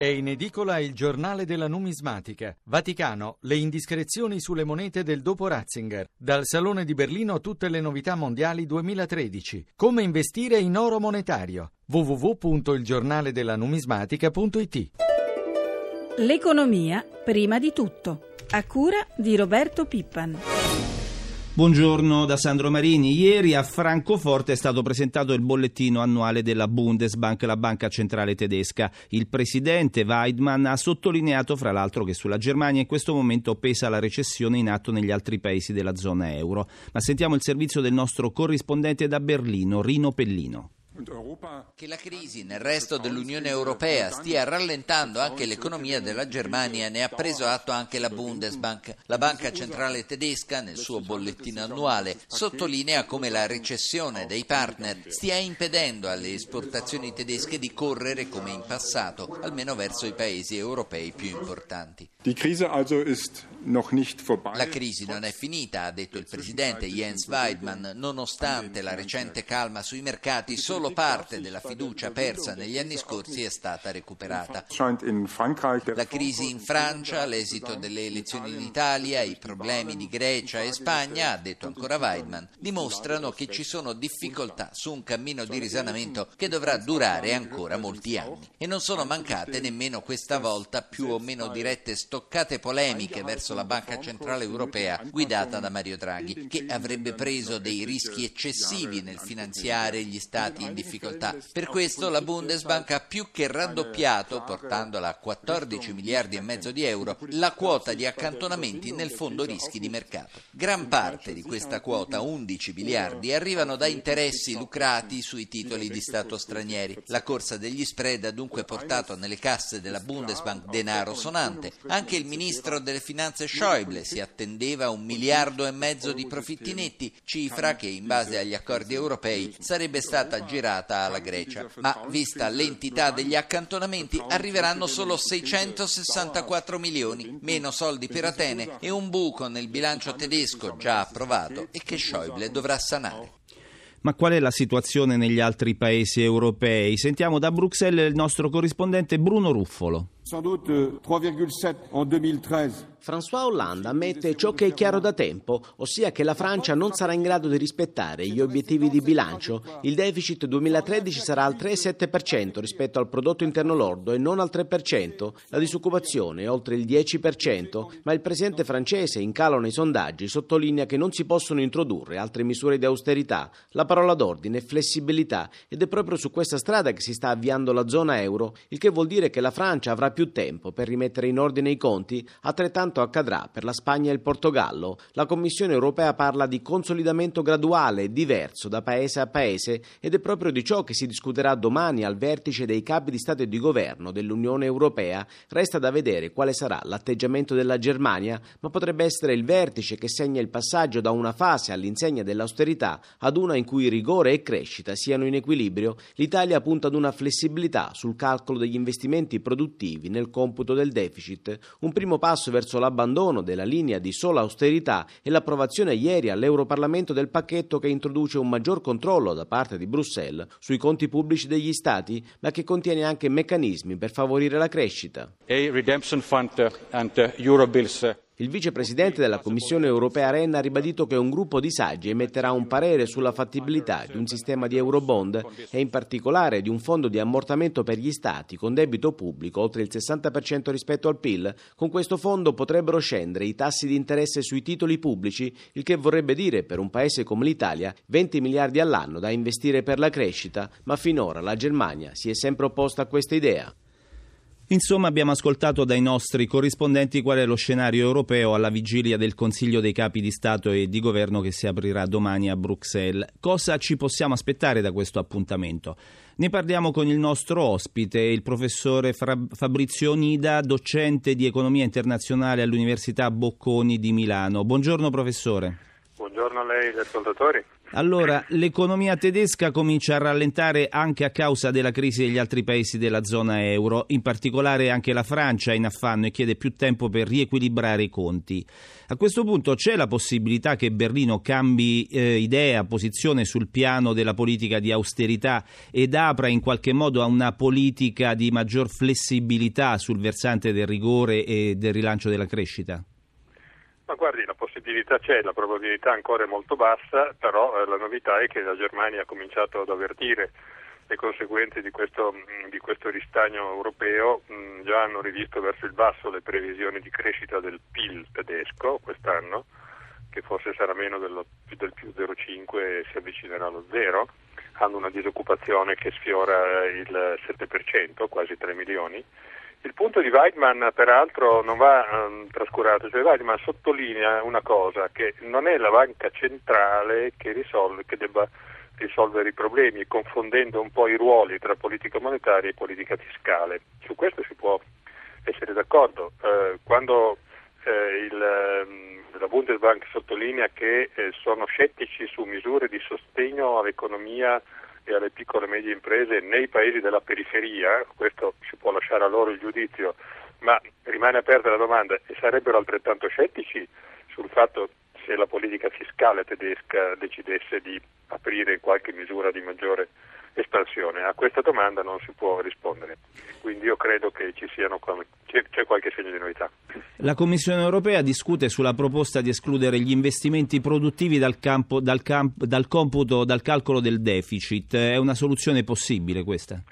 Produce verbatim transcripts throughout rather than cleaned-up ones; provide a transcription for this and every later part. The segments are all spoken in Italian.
È in edicola il giornale della numismatica. Vaticano, le indiscrezioni sulle monete del dopo Ratzinger. Dal Salone di Berlino tutte le novità mondiali duemilatredici. Come investire in oro monetario. w w w punto il giornale della numismatica punto i t. L'economia prima di tutto. A cura di Roberto Pippan. Buongiorno da Sandro Marini. Ieri a Francoforte è stato presentato il bollettino annuale della Bundesbank, la banca centrale tedesca. Il presidente Weidmann ha sottolineato fra l'altro che sulla Germania in questo momento pesa la recessione in atto negli altri paesi della zona euro. Ma sentiamo il servizio del nostro corrispondente da Berlino, Rino Pellino. Che la crisi nel resto dell'Unione Europea stia rallentando anche l'economia della Germania ne ha preso atto anche la Bundesbank. La banca centrale tedesca, nel suo bollettino annuale, sottolinea come la recessione dei partner stia impedendo alle esportazioni tedesche di correre come in passato, almeno verso i paesi europei più importanti. La crisi non è finita, ha detto il presidente Jens Weidmann, nonostante la recente calma sui mercati. Solo parte della fiducia persa negli anni scorsi è stata recuperata. La crisi in Francia, l'esito delle elezioni in Italia, i problemi di Grecia e Spagna, ha detto ancora Weidmann, dimostrano che ci sono difficoltà su un cammino di risanamento che dovrà durare ancora molti anni. E non sono mancate nemmeno questa volta più o meno dirette stoccate polemiche verso la Banca Centrale Europea guidata da Mario Draghi, che avrebbe preso dei rischi eccessivi nel finanziare gli stati in difficoltà. Per questo la Bundesbank ha più che raddoppiato, portandola a quattordici miliardi e mezzo di euro, la quota di accantonamenti nel fondo rischi di mercato. Gran parte di questa quota, undici miliardi, arrivano da interessi lucrati sui titoli di Stato stranieri. La corsa degli spread ha dunque portato nelle casse della Bundesbank denaro sonante. Anche il ministro delle finanze Schäuble si attendeva un miliardo e mezzo di profitti netti, cifra che in base agli accordi europei sarebbe stata girata alla Grecia. Ma vista l'entità degli accantonamenti arriveranno solo seicentosessantaquattro milioni, meno soldi per Atene e un buco nel bilancio tedesco già approvato e che Schäuble dovrà sanare. Ma qual è la situazione negli altri paesi europei? Sentiamo da Bruxelles il nostro corrispondente Bruno Ruffolo. Sans doute tre virgola sette en duemilatredici. François Hollande ammette ciò che è chiaro da tempo, ossia che la Francia non sarà in grado di rispettare gli obiettivi di bilancio. Il deficit duemilatredici sarà al tre virgola sette per cento rispetto al prodotto interno lordo e non al tre per cento. La disoccupazione è oltre il dieci per cento, ma il presidente francese, in calo nei sondaggi, sottolinea che non si possono introdurre altre misure di austerità. La parola d'ordine è flessibilità ed è proprio su questa strada che si sta avviando la zona euro, il che vuol dire che la Francia avrà più tempo per rimettere in ordine i conti, altrettanto accadrà per la Spagna e il Portogallo. La Commissione europea parla di consolidamento graduale, diverso da paese a paese, ed è proprio di ciò che si discuterà domani al vertice dei capi di Stato e di Governo dell'Unione Europea. Resta da vedere quale sarà l'atteggiamento della Germania, ma potrebbe essere il vertice che segna il passaggio da una fase all'insegna dell'austerità ad una in cui rigore e crescita siano in equilibrio. L'Italia punta ad una flessibilità sul calcolo degli investimenti produttivi nel computo del deficit, un primo passo verso l'abbandono della linea di sola austerità e l'approvazione ieri all'Europarlamento del pacchetto che introduce un maggior controllo da parte di Bruxelles sui conti pubblici degli Stati, ma che contiene anche meccanismi per favorire la crescita. A redemption fund and Eurobills. Il vicepresidente della Commissione europea Rehn ha ribadito che un gruppo di saggi emetterà un parere sulla fattibilità di un sistema di eurobond e in particolare di un fondo di ammortamento per gli stati con debito pubblico oltre il sessanta per cento rispetto al P I L. Con questo fondo potrebbero scendere i tassi di interesse sui titoli pubblici, il che vorrebbe dire per un paese come l'Italia venti miliardi all'anno da investire per la crescita, ma finora la Germania si è sempre opposta a questa idea. Insomma, abbiamo ascoltato dai nostri corrispondenti qual è lo scenario europeo alla vigilia del Consiglio dei Capi di Stato e di Governo che si aprirà domani a Bruxelles. Cosa ci possiamo aspettare da questo appuntamento? Ne parliamo con il nostro ospite, il professore Fabrizio Onida, docente di economia internazionale all'Università Bocconi di Milano. Buongiorno professore. Buongiorno a lei e agli ascoltatori. Allora, l'economia tedesca comincia a rallentare anche a causa della crisi degli altri paesi della zona euro, in particolare anche la Francia è in affanno e chiede più tempo per riequilibrare i conti. A questo punto c'è la possibilità che Berlino cambi eh, idea, posizione sul piano della politica di austerità ed apra in qualche modo a una politica di maggior flessibilità sul versante del rigore e del rilancio della crescita? Ma guardi, la possibilità c'è, la probabilità ancora è molto bassa, però eh, la novità è che la Germania ha cominciato ad avvertire le conseguenze di questo, di questo ristagno europeo. Mh, già hanno rivisto verso il basso le previsioni di crescita del P I L tedesco quest'anno, che forse sarà meno dello, del più zero virgola cinque e si avvicinerà allo zero. Hanno una disoccupazione che sfiora il sette per cento, quasi tre milioni. Il punto di Weidmann peraltro non va um, trascurato, cioè Weidmann sottolinea una cosa, che non è la banca centrale che risolve, che debba risolvere i problemi, confondendo un po' i ruoli tra politica monetaria e politica fiscale. Su questo si può essere d'accordo. Eh, quando eh, il, la Bundesbank sottolinea che eh, sono scettici su misure di sostegno all'economia e alle piccole e medie imprese nei paesi della periferia, questo si può lasciare a loro il giudizio, ma rimane aperta la domanda: e sarebbero altrettanto scettici sul fatto se la politica fiscale tedesca decidesse di aprire in qualche misura di maggiore espansione? A questa domanda non si può rispondere, quindi io credo che ci siano c'è, c'è qualche segno di novità. La Commissione europea discute sulla proposta di escludere gli investimenti produttivi dal campo, dal, camp, dal computo, dal calcolo del deficit. È una soluzione possibile questa?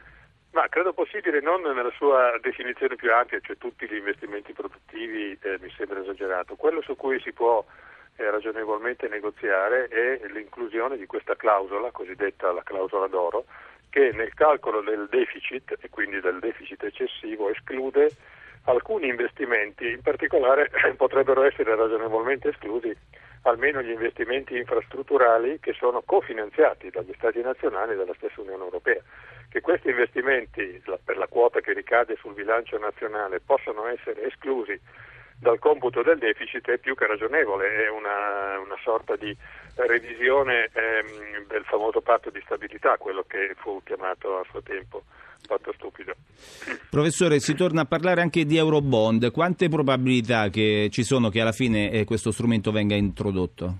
Ma credo possibile non nella sua definizione più ampia, cioè tutti gli investimenti produttivi, eh, mi sembra esagerato. Quello su cui si può eh, ragionevolmente negoziare è l'inclusione di questa clausola, cosiddetta la clausola d'oro, che nel calcolo del deficit, e quindi del deficit eccessivo, esclude alcuni investimenti, in particolare potrebbero essere ragionevolmente esclusi almeno gli investimenti infrastrutturali che sono cofinanziati dagli Stati nazionali e dalla stessa Unione Europea. Che questi investimenti, la, per la quota che ricade sul bilancio nazionale, possano essere esclusi dal computo del deficit è più che ragionevole, è una, una sorta di revisione ehm, del famoso patto di stabilità, quello che fu chiamato a suo tempo patto stupido. Professore, si torna a parlare anche di Eurobond. Quante probabilità che ci sono che alla fine eh, questo strumento venga introdotto?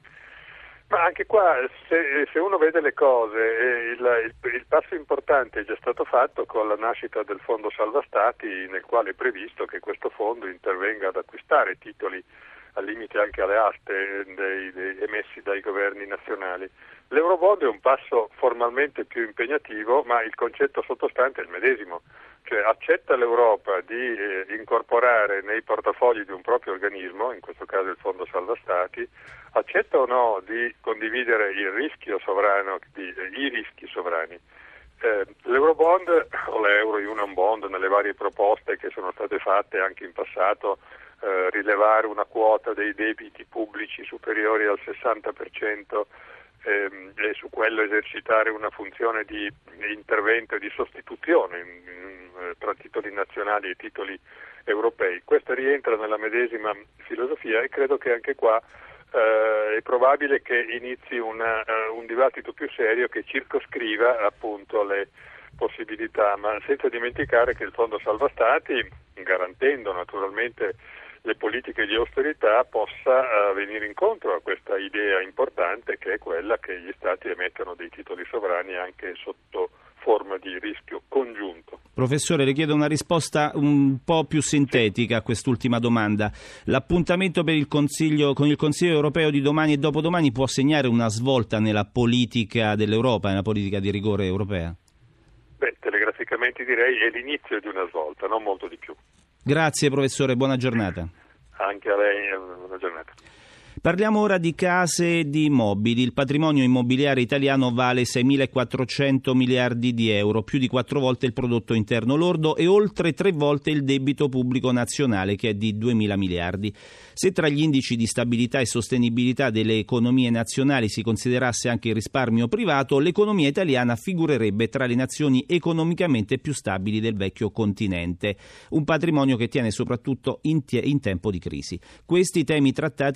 Ma anche qua, se, se uno vede le cose, eh, il, il, il passo importante è già stato fatto con la nascita del Fondo Salva Stati, nel quale è previsto che questo fondo intervenga ad acquistare titoli al limite anche alle aste dei, dei, emessi dai governi nazionali. L'Eurobond è un passo formalmente più impegnativo, ma il concetto sottostante è il medesimo, cioè accetta l'Europa di eh, incorporare nei portafogli di un proprio organismo, in questo caso il Fondo Salva Stati, accetta o no di condividere il rischio sovrano, di, eh, i rischi sovrani. Eh, L'Eurobond o l'Euro Union Bond, nelle varie proposte che sono state fatte anche in passato, eh, rilevare una quota dei debiti pubblici superiori al sessanta per cento ehm, e su quello esercitare una funzione di intervento e di sostituzione in, in, tra titoli nazionali e titoli europei. Questa rientra nella medesima filosofia e credo che anche qua Uh, è probabile che inizi una, uh, un dibattito più serio che circoscriva appunto le possibilità, ma senza dimenticare che il Fondo Salva Stati, garantendo naturalmente le politiche di austerità, possa uh, venire incontro a questa idea importante che è quella che gli Stati emettano dei titoli sovrani anche sotto forma di rischio congiunto. Professore, le chiedo una risposta un po' più sintetica a quest'ultima domanda. L'appuntamento per il Consiglio, con il Consiglio europeo di domani e dopodomani può segnare una svolta nella politica dell'Europa, nella politica di rigore europea? Beh, telegraficamente direi è l'inizio di una svolta, non molto di più. Grazie professore, buona giornata. Anche a lei, buona giornata. Parliamo ora di case e di immobili. Il patrimonio immobiliare italiano vale seimilaquattrocento miliardi di euro, più di quattro volte il prodotto interno lordo e oltre tre volte il debito pubblico nazionale, che è di duemila miliardi. Se tra gli indici di stabilità e sostenibilità delle economie nazionali si considerasse anche il risparmio privato, l'economia italiana figurerebbe tra le nazioni economicamente più stabili del vecchio continente. Un patrimonio che tiene soprattutto in, tie- in tempo di crisi. Questi temi trattati in uno studio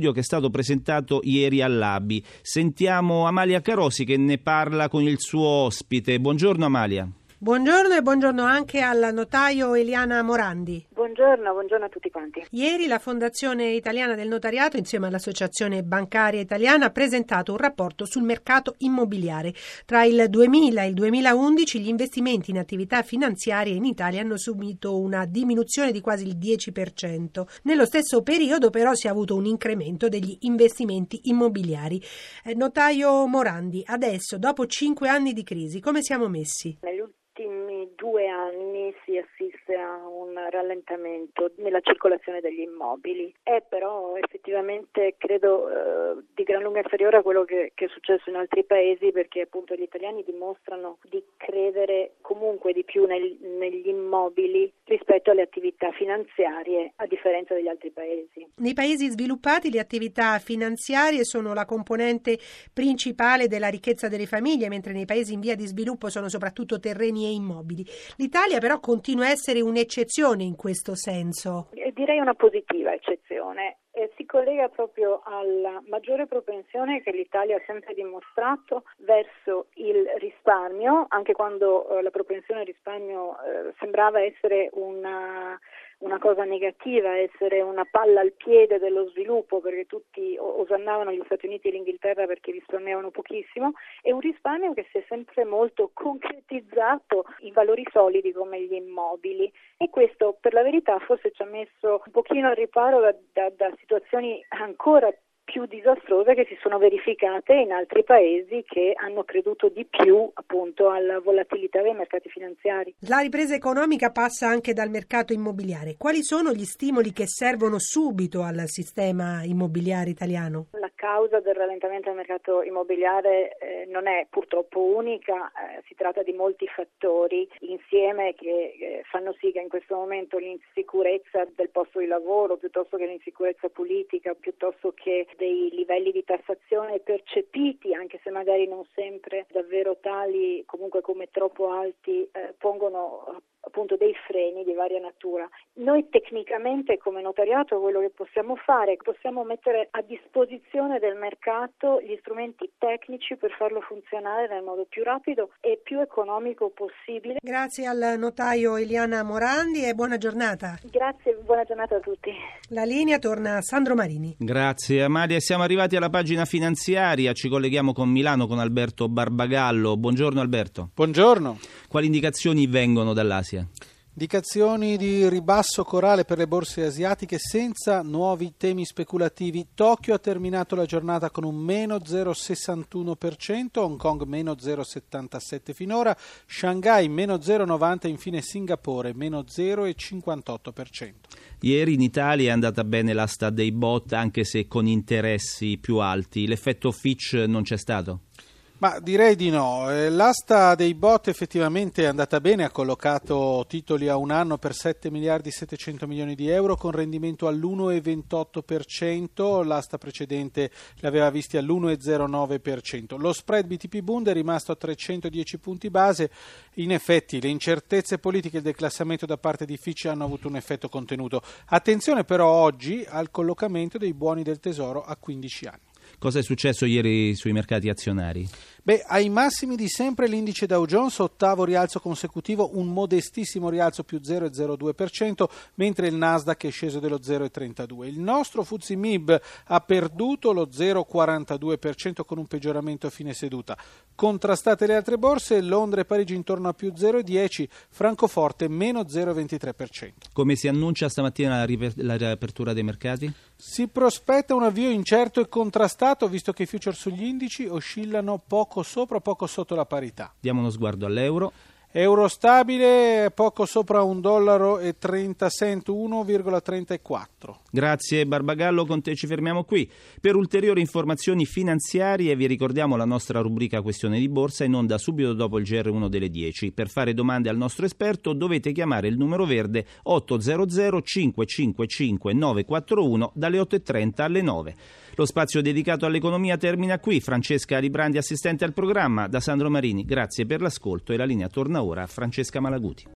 studio che è stato presentato ieri all'A B I. Sentiamo Amalia Carosi che ne parla con il suo ospite. Buongiorno Amalia. Buongiorno e buongiorno anche al notaio Eliana Morandi. Buongiorno, buongiorno a tutti quanti. Ieri la Fondazione Italiana del Notariato, insieme all'Associazione Bancaria Italiana, ha presentato un rapporto sul mercato immobiliare. Tra il duemila e il duemilaundici gli investimenti in attività finanziarie in Italia hanno subito una diminuzione di quasi il dieci per cento. Nello stesso periodo però si è avuto un incremento degli investimenti immobiliari. Eh, notaio Morandi, adesso, dopo cinque anni di crisi, come siamo messi? Negli ultimi due anni si assiste a un rallentamento nella circolazione degli immobili. È però effettivamente, credo, eh, di gran lunga inferiore a quello che, che è successo in altri paesi, perché appunto gli italiani dimostrano di credere comunque di più nel, negli immobili rispetto alle attività finanziarie, a differenza degli altri paesi. Nei paesi sviluppati le attività finanziarie sono la componente principale della ricchezza delle famiglie, mentre nei paesi in via di sviluppo sono soprattutto terreni e immobili. L'Italia però continua a essere un'eccezione in questo senso. Direi una positiva eccezione. E si collega proprio alla maggiore propensione che l'Italia ha sempre dimostrato verso il risparmio, anche quando eh, la propensione al risparmio eh, sembrava essere una una cosa negativa, essere una palla al piede dello sviluppo, perché tutti osannavano gli Stati Uniti e l'Inghilterra perché risparmiavano pochissimo, e un risparmio che si è sempre molto concretizzato in valori solidi come gli immobili, e questo per la verità forse ci ha messo un pochino al riparo da, da, da situazioni ancora più disastrose che si sono verificate in altri paesi che hanno creduto di più appunto alla volatilità dei mercati finanziari. La ripresa economica passa anche dal mercato immobiliare. Quali sono gli stimoli che servono subito al sistema immobiliare italiano? La causa del rallentamento del mercato immobiliare eh, non è purtroppo unica, eh, si tratta di molti fattori insieme che eh, fanno sì che in questo momento l'insicurezza del posto di lavoro, piuttosto che l'insicurezza politica, piuttosto che dei livelli di tassazione percepiti, anche se magari non sempre davvero tali, comunque come troppo alti, eh, pongono appunto dei freni di varia natura. Noi tecnicamente come notariato quello che possiamo fare, possiamo mettere a disposizione del mercato gli strumenti tecnici per farlo funzionare nel modo più rapido e più economico possibile. Grazie al notaio Eliana Morandi e buona giornata. Grazie, buona giornata a tutti. La linea torna a Sandro Marini. Grazie Amalia, siamo arrivati alla pagina finanziaria, ci colleghiamo con Milano con Alberto Barbagallo. Buongiorno Alberto. Buongiorno. Quali indicazioni vengono dall'Asia? Indicazioni di ribasso corale per le borse asiatiche senza nuovi temi speculativi. Tokyo ha terminato la giornata con un meno zero virgola sessantuno per cento, Hong Kong meno zero virgola settantasette per cento finora, Shanghai meno zero virgola novanta per cento, infine Singapore meno zero virgola cinquantotto per cento. Ieri in Italia è andata bene l'asta dei bot, anche se con interessi più alti. L'effetto Fitch non c'è stato? Ma direi di no. L'asta dei bot effettivamente è andata bene, ha collocato titoli a un anno per sette miliardi e settecento milioni di euro con rendimento all'uno virgola ventotto per cento, l'asta precedente l'aveva visti all'uno virgola zero nove per cento. Lo spread B T P Bund è rimasto a trecentodieci punti base, in effetti le incertezze politiche e il declassamento da parte di Fitch hanno avuto un effetto contenuto. Attenzione però oggi al collocamento dei buoni del tesoro a quindici anni. Cosa è successo ieri sui mercati azionari? Beh, ai massimi di sempre l'indice Dow Jones, ottavo rialzo consecutivo, un modestissimo rialzo più zero virgola zero due per cento, mentre il Nasdaq è sceso dello zero virgola trentadue per cento. Il nostro F T S E M I B ha perduto lo zero virgola quarantadue per cento con un peggioramento a fine seduta. Contrastate le altre borse, Londra e Parigi intorno a più zero virgola dieci per cento, Francoforte meno zero virgola ventitré per cento. Come si annuncia stamattina la, riper- la riapertura dei mercati? Si prospetta un avvio incerto e contrastato, visto che i future sugli indici oscillano poco sopra, poco sotto la parità. Diamo uno sguardo all'euro. Euro stabile, poco sopra un dollaro e trenta cent, uno virgola trentaquattro. Grazie Barbagallo, con te ci fermiamo qui. Per ulteriori informazioni finanziarie vi ricordiamo la nostra rubrica Questione di Borsa in onda subito dopo il G R uno delle dieci. Per fare domande al nostro esperto dovete chiamare il numero verde otto zero zero cinque cinque cinque nove quattro uno dalle otto e trenta alle nove. Lo spazio dedicato all'economia termina qui. Francesca Librandi, assistente al programma, da Sandro Marini. Grazie per l'ascolto e la linea torna ora a Francesca Malaguti.